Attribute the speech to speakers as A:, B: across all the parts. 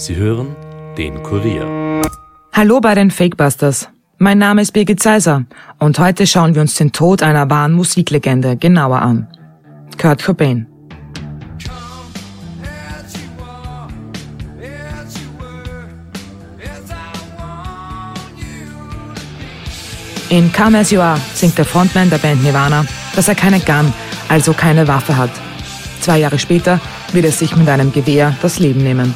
A: Sie hören den Kurier.
B: Hallo bei den Fakebusters. Mein Name ist Birgit Seiser und heute schauen wir uns den Tod einer wahren Musiklegende genauer an. Kurt Cobain. In Come As You Are singt der Frontman der Band Nirvana, dass er keine Gun, also keine Waffe hat. 2 Jahre später wird er sich mit einem Gewehr das Leben nehmen.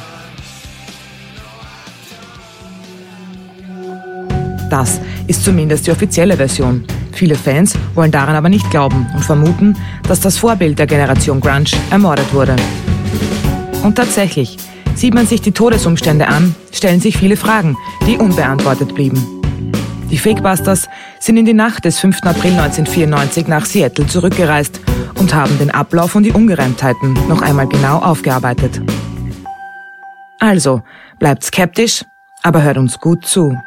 B: Das ist zumindest die offizielle Version. Viele Fans wollen daran aber nicht glauben und vermuten, dass das Vorbild der Generation Grunge ermordet wurde. Und tatsächlich, sieht man sich die Todesumstände an, stellen sich viele Fragen, die unbeantwortet blieben. Die Fakebusters sind in die Nacht des 5. April 1994 nach Seattle zurückgereist und haben den Ablauf und die Ungereimtheiten noch einmal genau aufgearbeitet. Also, bleibt skeptisch, aber hört uns gut zu.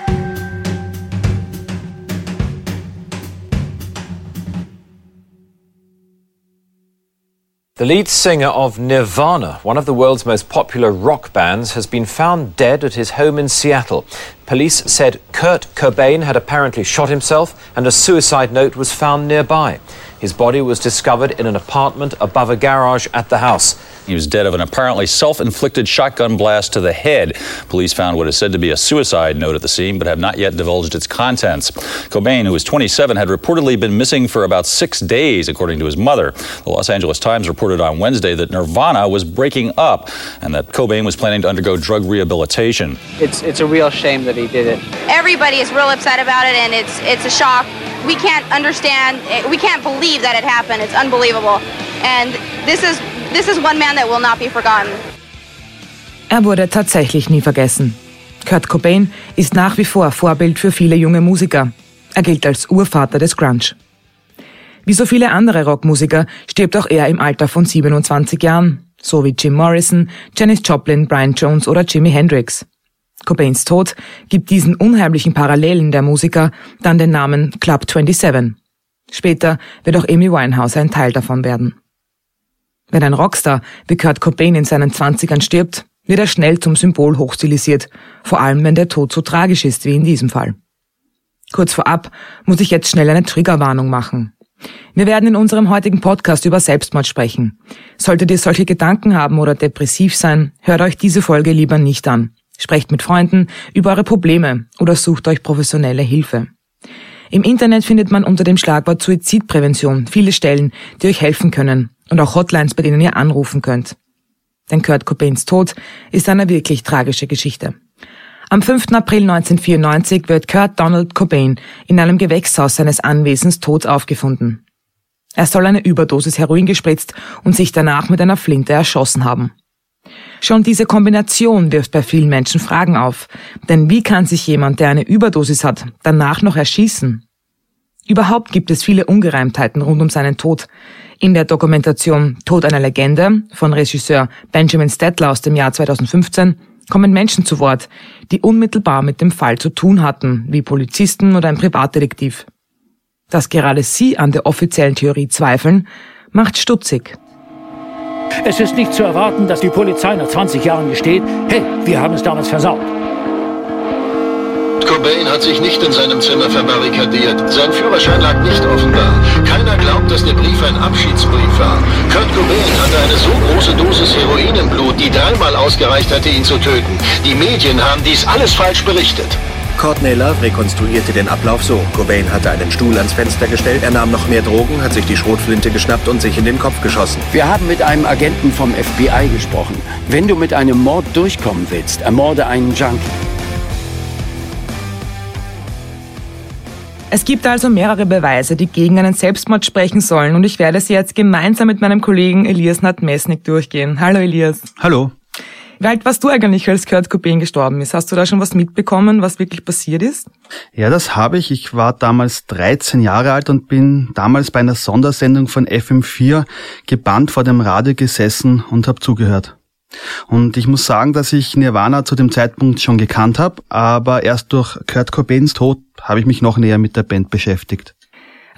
C: The lead singer of Nirvana, one of the world's most popular rock bands, has been found dead at his home in Seattle. Police said Kurt Cobain had apparently shot himself and a suicide note was found nearby. His body was discovered in an apartment above a garage at the house.
D: He was dead of an apparently self-inflicted shotgun blast to the head. Police found what is said to be a suicide note at the scene, but have not yet divulged its contents. Cobain, who was 27, had reportedly been missing for about 6 days, according to his mother. The Los Angeles Times reported on Wednesday that Nirvana was breaking up and that Cobain was planning to undergo drug rehabilitation.
E: It's a real shame that he did it.
F: Everybody is real upset about it, and it's a shock. We can't understand, we can't believe that it happened. It's unbelievable. And this is one man that will not be forgotten.
B: Er wurde tatsächlich nie vergessen. Kurt Cobain ist nach wie vor Vorbild für viele junge Musiker. Er gilt als Urvater des Grunge. Wie so viele andere Rockmusiker stirbt auch er im Alter von 27 Jahren, so wie Jim Morrison, Janis Joplin, Brian Jones oder Jimi Hendrix. Cobains Tod gibt diesen unheimlichen Parallelen der Musiker dann den Namen Club 27. Später wird auch Amy Winehouse ein Teil davon werden. Wenn ein Rockstar wie Kurt Cobain in seinen 20ern stirbt, wird er schnell zum Symbol hochstilisiert, vor allem wenn der Tod so tragisch ist wie in diesem Fall. Kurz vorab muss ich jetzt schnell eine Triggerwarnung machen. Wir werden in unserem heutigen Podcast über Selbstmord sprechen. Solltet ihr solche Gedanken haben oder depressiv sein, hört euch diese Folge lieber nicht an. Sprecht mit Freunden über eure Probleme oder sucht euch professionelle Hilfe. Im Internet findet man unter dem Schlagwort Suizidprävention viele Stellen, die euch helfen können und auch Hotlines, bei denen ihr anrufen könnt. Denn Kurt Cobains Tod ist eine wirklich tragische Geschichte. Am 5. April 1994 wird Kurt Donald Cobain in einem Gewächshaus seines Anwesens tot aufgefunden. Er soll eine Überdosis Heroin gespritzt und sich danach mit einer Flinte erschossen haben. Schon diese Kombination wirft bei vielen Menschen Fragen auf. Denn wie kann sich jemand, der eine Überdosis hat, danach noch erschießen? Überhaupt gibt es viele Ungereimtheiten rund um seinen Tod. In der Dokumentation Tod einer Legende von Regisseur Benjamin Stettler aus dem Jahr 2015 kommen Menschen zu Wort, die unmittelbar mit dem Fall zu tun hatten, wie Polizisten oder ein Privatdetektiv. Dass gerade sie an der offiziellen Theorie zweifeln, macht stutzig.
G: Es ist nicht zu erwarten, dass die Polizei nach 20 Jahren gesteht, hey, wir haben es damals versaut.
H: Cobain hat sich nicht in seinem Zimmer verbarrikadiert. Sein Führerschein lag nicht offenbar. Keiner glaubt, dass der Brief ein Abschiedsbrief war. Kurt Cobain hatte eine so große Dosis Heroin im Blut, die 3-mal ausgereicht hatte, ihn zu töten. Die Medien haben dies alles falsch berichtet.
I: Courtney Love rekonstruierte den Ablauf so. Cobain hatte einen Stuhl ans Fenster gestellt, er nahm noch mehr Drogen, hat sich die Schrotflinte geschnappt und sich in den Kopf geschossen.
G: Wir haben mit einem Agenten vom FBI gesprochen. Wenn du mit einem Mord durchkommen willst, ermorde einen Junkie.
B: Es gibt also mehrere Beweise, die gegen einen Selbstmord sprechen sollen und ich werde sie jetzt gemeinsam mit meinem Kollegen Elias Nadmesnik durchgehen. Hallo Elias.
J: Hallo.
B: Wie alt warst du eigentlich, als Kurt Cobain gestorben ist? Hast du da schon was mitbekommen, was wirklich passiert ist?
J: Ja, das habe ich. Ich war damals 13 Jahre alt und bin damals bei einer Sondersendung von FM4 gebannt vor dem Radio gesessen und habe zugehört. Und ich muss sagen, dass ich Nirvana zu dem Zeitpunkt schon gekannt habe, aber erst durch Kurt Cobains Tod habe ich mich noch näher mit der Band beschäftigt.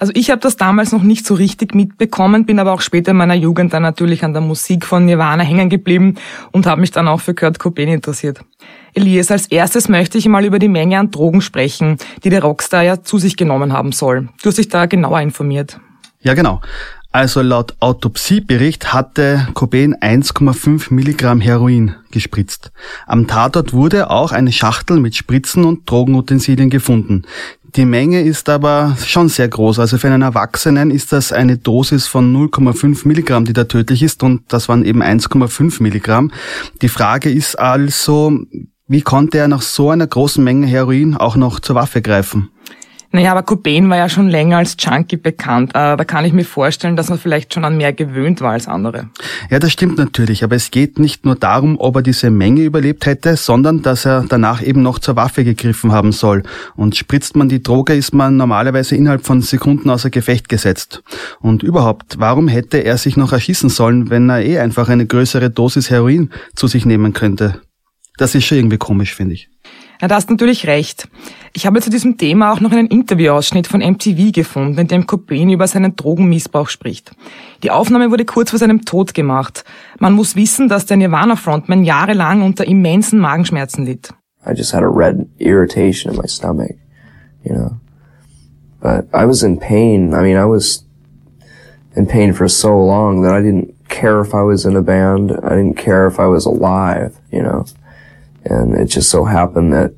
B: Also ich habe das damals noch nicht so richtig mitbekommen, bin aber auch später in meiner Jugend dann natürlich an der Musik von Nirvana hängen geblieben und habe mich dann auch für Kurt Cobain interessiert. Elias, als erstes möchte ich mal über die Menge an Drogen sprechen, die der Rockstar ja zu sich genommen haben soll. Du hast dich da genauer informiert.
J: Ja, genau. Also laut Autopsiebericht hatte Cobain 1,5 Milligramm Heroin gespritzt. Am Tatort wurde auch eine Schachtel mit Spritzen und Drogenutensilien gefunden. Die Menge ist aber schon sehr groß. Also für einen Erwachsenen ist das eine Dosis von 0,5 Milligramm, die da tödlich ist, und das waren eben 1,5 Milligramm. Die Frage ist also, wie konnte er nach so einer großen Menge Heroin auch noch zur Waffe greifen?
B: Naja, aber Cobain war ja schon länger als Junkie bekannt. Da kann ich mir vorstellen, dass man vielleicht schon an mehr gewöhnt war als andere.
J: Ja, das stimmt natürlich. Aber es geht nicht nur darum, ob er diese Menge überlebt hätte, sondern dass er danach eben noch zur Waffe gegriffen haben soll. Und spritzt man die Droge, ist man normalerweise innerhalb von Sekunden außer Gefecht gesetzt. Und überhaupt, warum hätte er sich noch erschießen sollen, wenn er einfach eine größere Dosis Heroin zu sich nehmen könnte? Das ist schon irgendwie komisch, finde ich.
B: Ja, da hast du natürlich recht. Ich habe zu diesem Thema auch noch einen Interviewausschnitt von MTV gefunden, in dem Cobain über seinen Drogenmissbrauch spricht. Die Aufnahme wurde kurz vor seinem Tod gemacht. Man muss wissen, dass der Nirvana-Frontman jahrelang unter immensen Magenschmerzen litt.
K: I just had a red irritation in my stomach, you know. But I was in pain. I mean, I was in pain for so long that I didn't care if I was in a band. I didn't care if I was alive, you know. And it just so happened that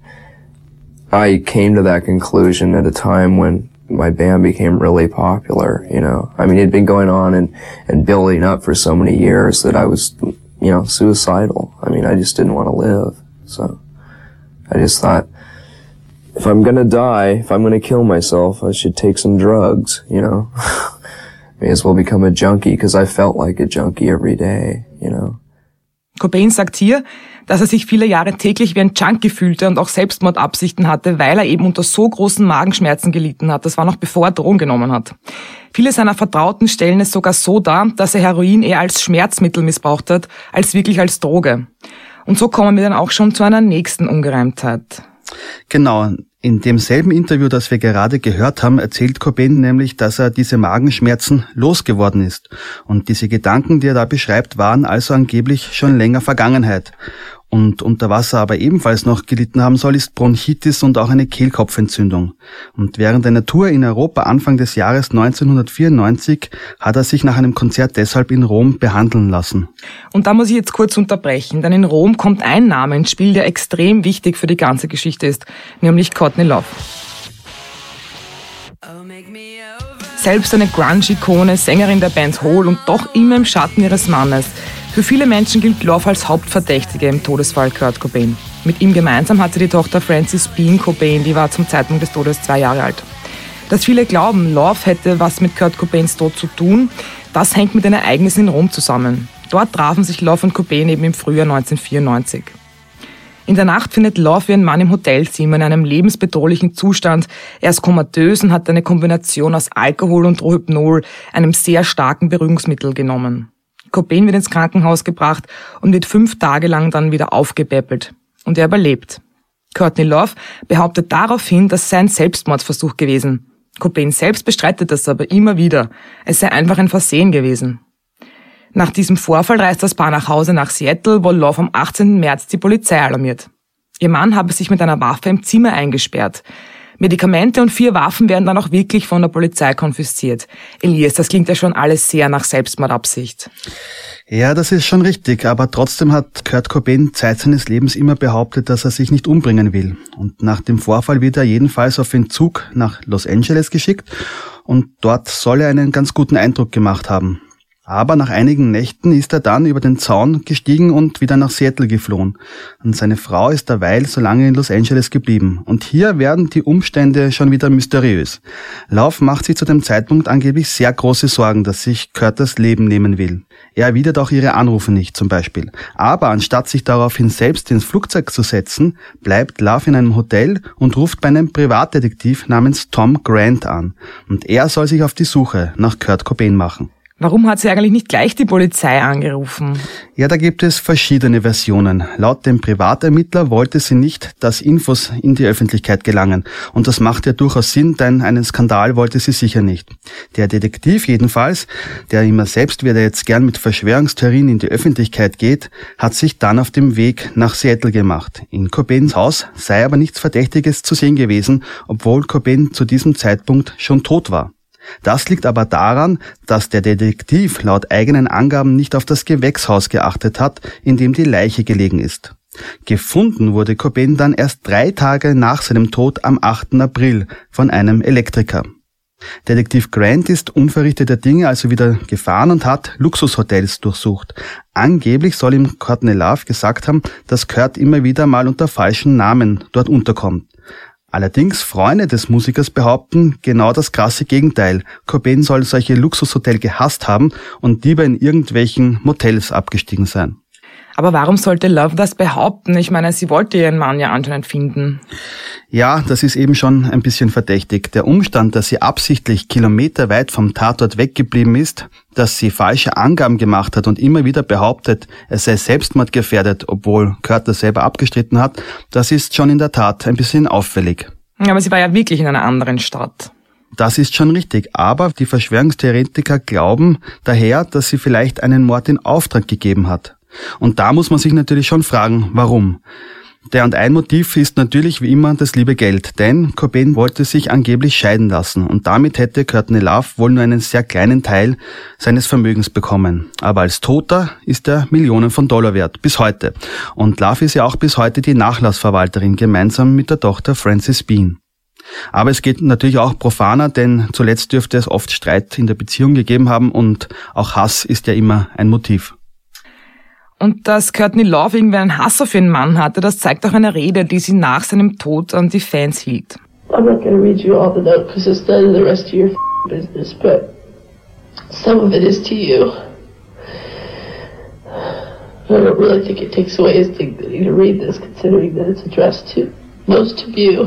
K: I came to that conclusion at a time when my band became really popular, you know. I mean, it had been going on and building up for so many years that I was, you know, suicidal. I mean, I just didn't want to live. So I just thought, if I'm gonna die, if I'm gonna kill myself, I should take some drugs, you know. May as well become a junkie, because I felt like a junkie every day, you know.
B: Cobain sagt hier, dass er sich viele Jahre täglich wie ein Junkie fühlte und auch Selbstmordabsichten hatte, weil er eben unter so großen Magenschmerzen gelitten hat. Das war noch bevor er Drogen genommen hat. Viele seiner Vertrauten stellen es sogar so dar, dass er Heroin eher als Schmerzmittel missbraucht hat, als wirklich als Droge. Und so kommen wir dann auch schon zu einer nächsten Ungereimtheit.
J: Genau. In demselben Interview, das wir gerade gehört haben, erzählt Cobain nämlich, dass er diese Magenschmerzen losgeworden ist. Und diese Gedanken, die er da beschreibt, waren also angeblich schon länger Vergangenheit. Und unter was er aber ebenfalls noch gelitten haben soll, ist Bronchitis und auch eine Kehlkopfentzündung. Und während einer Tour in Europa Anfang des Jahres 1994 hat er sich nach einem Konzert deshalb in Rom behandeln lassen.
B: Und da muss ich jetzt kurz unterbrechen, denn in Rom kommt ein Name ins Spiel, der extrem wichtig für die ganze Geschichte ist, nämlich Courtney Love. Selbst eine Grunge-Ikone, Sängerin der Band Hole und doch immer im Schatten ihres Mannes. Für viele Menschen gilt Love als Hauptverdächtige im Todesfall Kurt Cobain. Mit ihm gemeinsam hatte die Tochter Frances Bean Cobain, die war zum Zeitpunkt des Todes 2 Jahre alt. Dass viele glauben, Love hätte was mit Kurt Cobains Tod zu tun, das hängt mit den Ereignissen in Rom zusammen. Dort trafen sich Love und Cobain eben im Frühjahr 1994. In der Nacht findet Love ihren Mann im Hotelzimmer in einem lebensbedrohlichen Zustand. Er ist komatös und hat eine Kombination aus Alkohol und Rohypnol, einem sehr starken Beruhigungsmittel, genommen. Cobain wird ins Krankenhaus gebracht und wird 5 Tage lang dann wieder aufgepäppelt. Und er überlebt. Courtney Love behauptet daraufhin, das sei ein Selbstmordversuch gewesen. Cobain selbst bestreitet das aber immer wieder. Es sei einfach ein Versehen gewesen. Nach diesem Vorfall reist das Paar nach Hause nach Seattle, wo Love am 18. März die Polizei alarmiert. Ihr Mann habe sich mit einer Waffe im Zimmer eingesperrt. Medikamente und 4 Waffen werden dann auch wirklich von der Polizei konfisziert. Elias, das klingt ja schon alles sehr nach Selbstmordabsicht.
J: Ja, das ist schon richtig, aber trotzdem hat Kurt Cobain Zeit seines Lebens immer behauptet, dass er sich nicht umbringen will. Und nach dem Vorfall wird er jedenfalls auf Entzug nach Los Angeles geschickt und dort soll er einen ganz guten Eindruck gemacht haben. Aber nach einigen Nächten ist er dann über den Zaun gestiegen und wieder nach Seattle geflohen. Und seine Frau ist derweil so lange in Los Angeles geblieben. Und hier werden die Umstände schon wieder mysteriös. Love macht sich zu dem Zeitpunkt angeblich sehr große Sorgen, dass sich Kurt das Leben nehmen will. Er erwidert auch ihre Anrufe nicht, zum Beispiel. Aber anstatt sich daraufhin selbst ins Flugzeug zu setzen, bleibt Love in einem Hotel und ruft bei einem Privatdetektiv namens Tom Grant an. Und er soll sich auf die Suche nach Kurt Cobain machen.
B: Warum hat sie eigentlich nicht gleich die Polizei angerufen?
J: Ja, da gibt es verschiedene Versionen. Laut dem Privatermittler wollte sie nicht, dass Infos in die Öffentlichkeit gelangen. Und das macht ja durchaus Sinn, denn einen Skandal wollte sie sicher nicht. Der Detektiv jedenfalls, der immer selbst wieder jetzt gern mit Verschwörungstheorien in die Öffentlichkeit geht, hat sich dann auf dem Weg nach Seattle gemacht. In Cobains Haus sei aber nichts Verdächtiges zu sehen gewesen, obwohl Cobain zu diesem Zeitpunkt schon tot war. Das liegt aber daran, dass der Detektiv laut eigenen Angaben nicht auf das Gewächshaus geachtet hat, in dem die Leiche gelegen ist. Gefunden wurde Cobain dann erst 3 Tage nach seinem Tod am 8. April von einem Elektriker. Detektiv Grant ist unverrichteter Dinge also wieder gefahren und hat Luxushotels durchsucht. Angeblich soll ihm Courtney Love gesagt haben, dass Kurt immer wieder mal unter falschen Namen dort unterkommt. Allerdings Freunde des Musikers behaupten genau das krasse Gegenteil. Cobain soll solche Luxushotels gehasst haben und lieber in irgendwelchen Motels abgestiegen sein.
B: Aber warum sollte Love das behaupten? Ich meine, sie wollte ihren Mann ja anscheinend finden.
J: Ja, das ist eben schon ein bisschen verdächtig. Der Umstand, dass sie absichtlich kilometerweit vom Tatort weggeblieben ist, dass sie falsche Angaben gemacht hat und immer wieder behauptet, er sei selbstmordgefährdet, obwohl Kurt das selber abgestritten hat, das ist schon in der Tat ein bisschen auffällig.
B: Aber sie war ja wirklich in einer anderen Stadt.
J: Das ist schon richtig, aber die Verschwörungstheoretiker glauben daher, dass sie vielleicht einen Mord in Auftrag gegeben hat. Und da muss man sich natürlich schon fragen, warum. Und ein Motiv ist natürlich wie immer das liebe Geld, denn Cobain wollte sich angeblich scheiden lassen und damit hätte Courtney Love wohl nur einen sehr kleinen Teil seines Vermögens bekommen. Aber als Toter ist er Millionen von Dollar wert, bis heute. Und Love ist ja auch bis heute die Nachlassverwalterin, gemeinsam mit der Tochter Frances Bean. Aber es geht natürlich auch profaner, denn zuletzt dürfte es oft Streit in der Beziehung gegeben haben und auch Hass ist ja immer ein Motiv.
B: Und dass Courtney Love irgendwie einen Hass auf ihren Mann hatte, das zeigt auch eine Rede, die sie nach seinem Tod an die Fans hielt.
L: I'm not going to read you all the note because it's none of the rest of your business, but some of it is to you. I don't really think it takes away his dignity to read this, considering that it's addressed to most of you.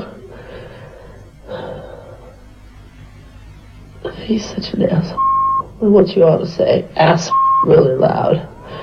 L: He's such an asshole. I want you all to say ass really loud.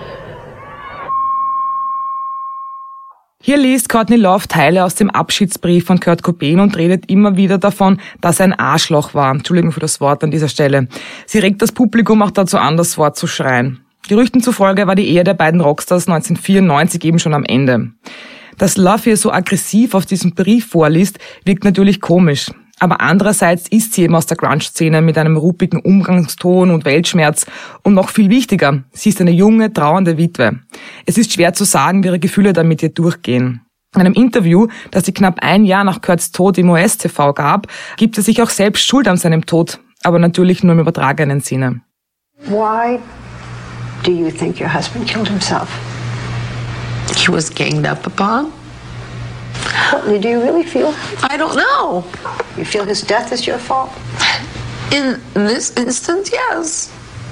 B: Hier liest Courtney Love Teile aus dem Abschiedsbrief von Kurt Cobain und redet immer wieder davon, dass er ein Arschloch war. Entschuldigung für das Wort an dieser Stelle. Sie regt das Publikum auch dazu an, das Wort zu schreien. Gerüchten zufolge war die Ehe der beiden Rockstars 1994 eben schon am Ende. Dass Love hier so aggressiv auf diesem Brief vorliest, wirkt natürlich komisch. Aber andererseits ist sie eben aus der Grunge-Szene mit einem ruppigen Umgangston und Weltschmerz. Und noch viel wichtiger, sie ist eine junge, trauernde Witwe. Es ist schwer zu sagen, wie ihre Gefühle da mit ihr durchgehen. In einem Interview, das sie knapp 1 Jahr nach Kurts Tod im US-TV gab, gibt er sich auch selbst Schuld an seinem Tod, aber natürlich nur im übertragenen Sinne.
M: Why do you think your husband killed himself?
N: He was ganged up upon.
M: Do you really feel?
N: I don't know.
M: You feel his death is your fault?
N: In this instance, yes.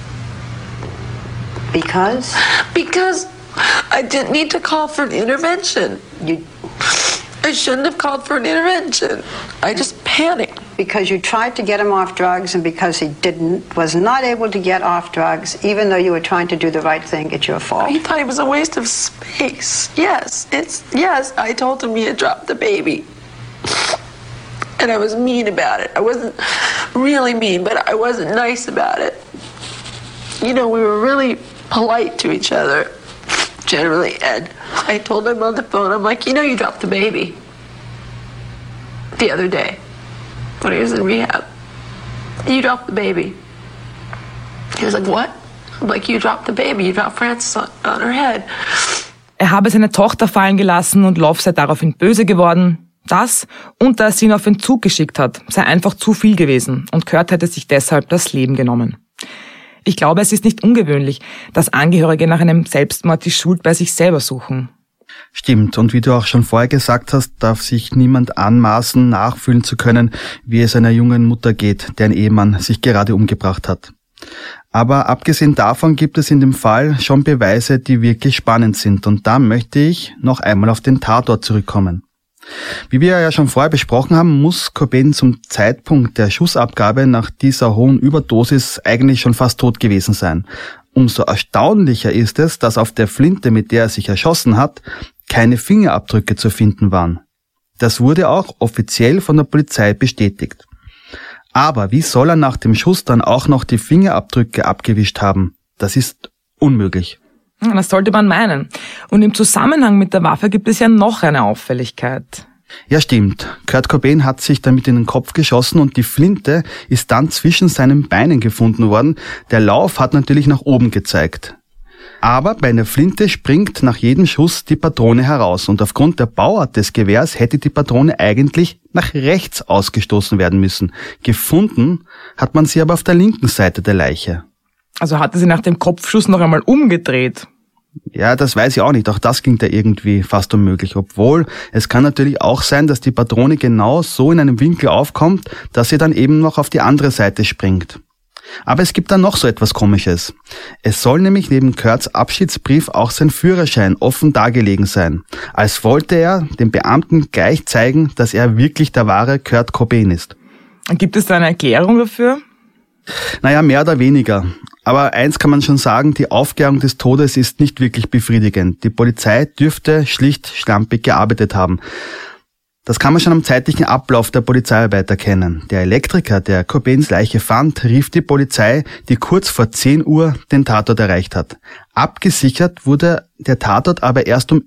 M: Because?
N: Because I didn't need to call for an intervention. I shouldn't have called for an intervention. I just panicked.
M: Because you tried to get him off drugs, and because he was not able to get off drugs, even though you were trying to do the right thing, it's your fault.
N: He thought it was a waste of space. Yes, I told him he had dropped the baby. And I was mean about it. I wasn't really mean, but I wasn't nice about it. You know, we were really polite to each other, generally, and I told him on the phone, I'm like, you know you dropped the baby the other day. When he was in rehab. You dropped the baby. He was like, what? I'm like, you dropped the baby. You dropped Frances on her head.
B: Er habe seine Tochter fallen gelassen und Love sei daraufhin böse geworden. Das und dass sie ihn auf Entzug geschickt hat, sei einfach zu viel gewesen und Kurt hätte sich deshalb das Leben genommen. Ich glaube, es ist nicht ungewöhnlich, dass Angehörige nach einem Selbstmord die Schuld bei sich selber suchen.
J: Stimmt, und wie du auch schon vorher gesagt hast, darf sich niemand anmaßen, nachfühlen zu können, wie es einer jungen Mutter geht, deren Ehemann sich gerade umgebracht hat. Aber abgesehen davon gibt es in dem Fall schon Beweise, die wirklich spannend sind, und da möchte ich noch einmal auf den Tatort zurückkommen. Wie wir ja schon vorher besprochen haben, muss Cobain zum Zeitpunkt der Schussabgabe nach dieser hohen Überdosis eigentlich schon fast tot gewesen sein. Umso erstaunlicher ist es, dass auf der Flinte, mit der er sich erschossen hat, keine Fingerabdrücke zu finden waren. Das wurde auch offiziell von der Polizei bestätigt. Aber wie soll er nach dem Schuss dann auch noch die Fingerabdrücke abgewischt haben? Das ist unmöglich.
B: Das sollte man meinen. Und im Zusammenhang mit der Waffe gibt es ja noch eine Auffälligkeit.
J: Ja, stimmt. Kurt Cobain hat sich damit in den Kopf geschossen und die Flinte ist dann zwischen seinen Beinen gefunden worden. Der Lauf hat natürlich nach oben gezeigt. Aber bei einer Flinte springt nach jedem Schuss die Patrone heraus und aufgrund der Bauart des Gewehrs hätte die Patrone eigentlich nach rechts ausgestoßen werden müssen. Gefunden hat man sie aber auf der linken Seite der Leiche.
B: Also hatte sie nach dem Kopfschuss noch einmal umgedreht?
J: Ja, das weiß ich auch nicht. Auch das klingt ja irgendwie fast unmöglich. Obwohl, es kann natürlich auch sein, dass die Patrone genau so in einem Winkel aufkommt, dass sie dann eben noch auf die andere Seite springt. Aber es gibt dann noch so etwas Komisches. Es soll nämlich neben Kurts Abschiedsbrief auch sein Führerschein offen dargelegen sein. Als wollte er dem Beamten gleich zeigen, dass er wirklich der wahre Kurt Cobain ist.
B: Gibt es da eine Erklärung dafür?
J: Naja, mehr oder weniger. Aber eins kann man schon sagen, die Aufklärung des Todes ist nicht wirklich befriedigend. Die Polizei dürfte schlicht schlampig gearbeitet haben. Das kann man schon am zeitlichen Ablauf der Polizeiarbeit erkennen. Der Elektriker, der Cobains Leiche fand, rief die Polizei, die kurz vor 10 Uhr den Tatort erreicht hat. Abgesichert wurde der Tatort aber erst um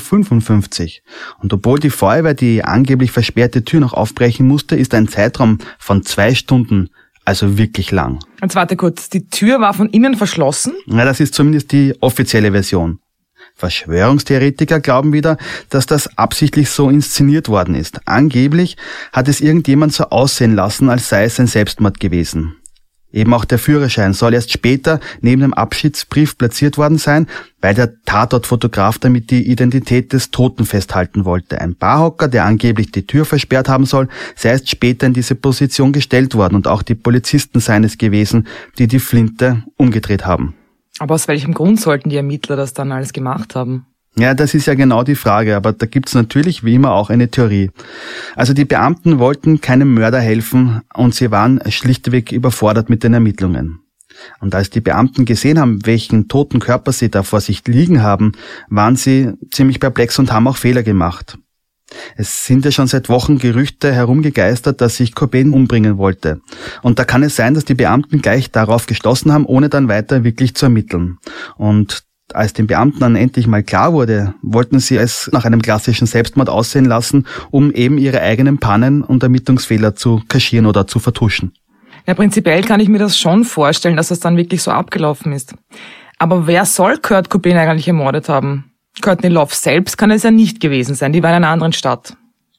J: 11:55 Uhr. Und obwohl die Feuerwehr die angeblich versperrte Tür noch aufbrechen musste, ist ein Zeitraum von 2 Stunden, also wirklich lang.
B: Jetzt warte kurz, die Tür war von innen verschlossen?
J: Ja, das ist zumindest die offizielle Version. Verschwörungstheoretiker glauben wieder, dass das absichtlich so inszeniert worden ist. Angeblich hat es irgendjemand so aussehen lassen, als sei es ein Selbstmord gewesen. Eben auch der Führerschein soll erst später neben dem Abschiedsbrief platziert worden sein, weil der Tatortfotograf damit die Identität des Toten festhalten wollte. Ein Barhocker, der angeblich die Tür versperrt haben soll, sei erst später in diese Position gestellt worden und auch die Polizisten seien es gewesen, die die Flinte umgedreht haben.
B: Aber aus welchem Grund sollten die Ermittler das dann alles gemacht haben?
J: Ja, das ist ja genau die Frage, aber da gibt's natürlich wie immer auch eine Theorie. Also die Beamten wollten keinem Mörder helfen und sie waren schlichtweg überfordert mit den Ermittlungen. Und als die Beamten gesehen haben, welchen toten Körper sie da vor sich liegen haben, waren sie ziemlich perplex und haben auch Fehler gemacht. Es sind ja schon seit Wochen Gerüchte herumgegeistert, dass sich Cobain umbringen wollte. Und da kann es sein, dass die Beamten gleich darauf geschlossen haben, ohne dann weiter wirklich zu ermitteln. Und als den Beamten dann endlich mal klar wurde, wollten sie es nach einem klassischen Selbstmord aussehen lassen, um eben ihre eigenen Pannen und Ermittlungsfehler zu kaschieren oder zu vertuschen.
B: Ja, prinzipiell kann ich mir das schon vorstellen, dass das dann wirklich so abgelaufen ist. Aber wer soll Kurt Cobain eigentlich ermordet haben? Courtney Love selbst kann es ja nicht gewesen sein, die war in einer anderen Stadt.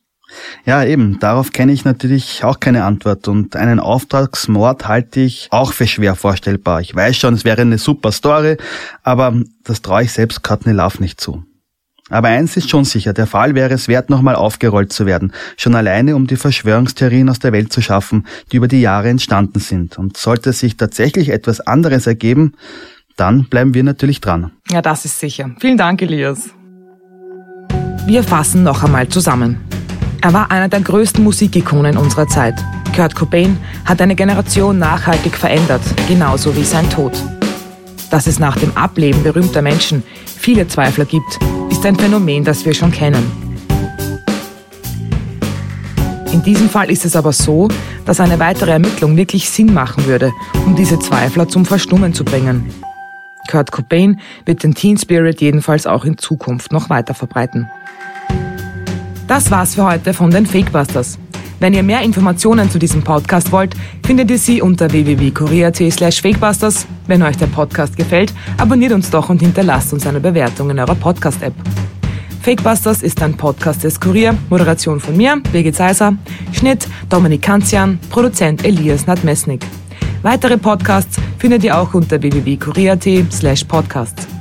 J: Ja, eben, darauf kenne ich natürlich auch keine Antwort und einen Auftragsmord halte ich auch für schwer vorstellbar. Ich weiß schon, es wäre eine super Story, aber das traue ich selbst Courtney Love nicht zu. Aber eins ist schon sicher, der Fall wäre es wert, nochmal aufgerollt zu werden, schon alleine um die Verschwörungstheorien aus der Welt zu schaffen, die über die Jahre entstanden sind. Und sollte sich tatsächlich etwas anderes ergeben, dann bleiben wir natürlich dran.
B: Ja, das ist sicher. Vielen Dank, Elias. Wir fassen noch einmal zusammen. Er war einer der größten Musikikonen unserer Zeit. Kurt Cobain hat eine Generation nachhaltig verändert, genauso wie sein Tod. Dass es nach dem Ableben berühmter Menschen viele Zweifler gibt, ist ein Phänomen, das wir schon kennen. In diesem Fall ist es aber so, dass eine weitere Ermittlung wirklich Sinn machen würde, um diese Zweifler zum Verstummen zu bringen. Kurt Cobain wird den Teen Spirit jedenfalls auch in Zukunft noch weiter verbreiten. Das war's für heute von den Fakebusters. Wenn ihr mehr Informationen zu diesem Podcast wollt, findet ihr sie unter www.kurier.at/fakebusters. Wenn euch der Podcast gefällt, abonniert uns doch und hinterlasst uns eine Bewertung in eurer Podcast-App. Fakebusters ist ein Podcast des Kurier, Moderation von mir, Birgit Seiser, Schnitt Dominik Kanzian, Produzent Elias Nadmesnik. Weitere Podcasts findet ihr auch unter www.kurier.at/podcasts.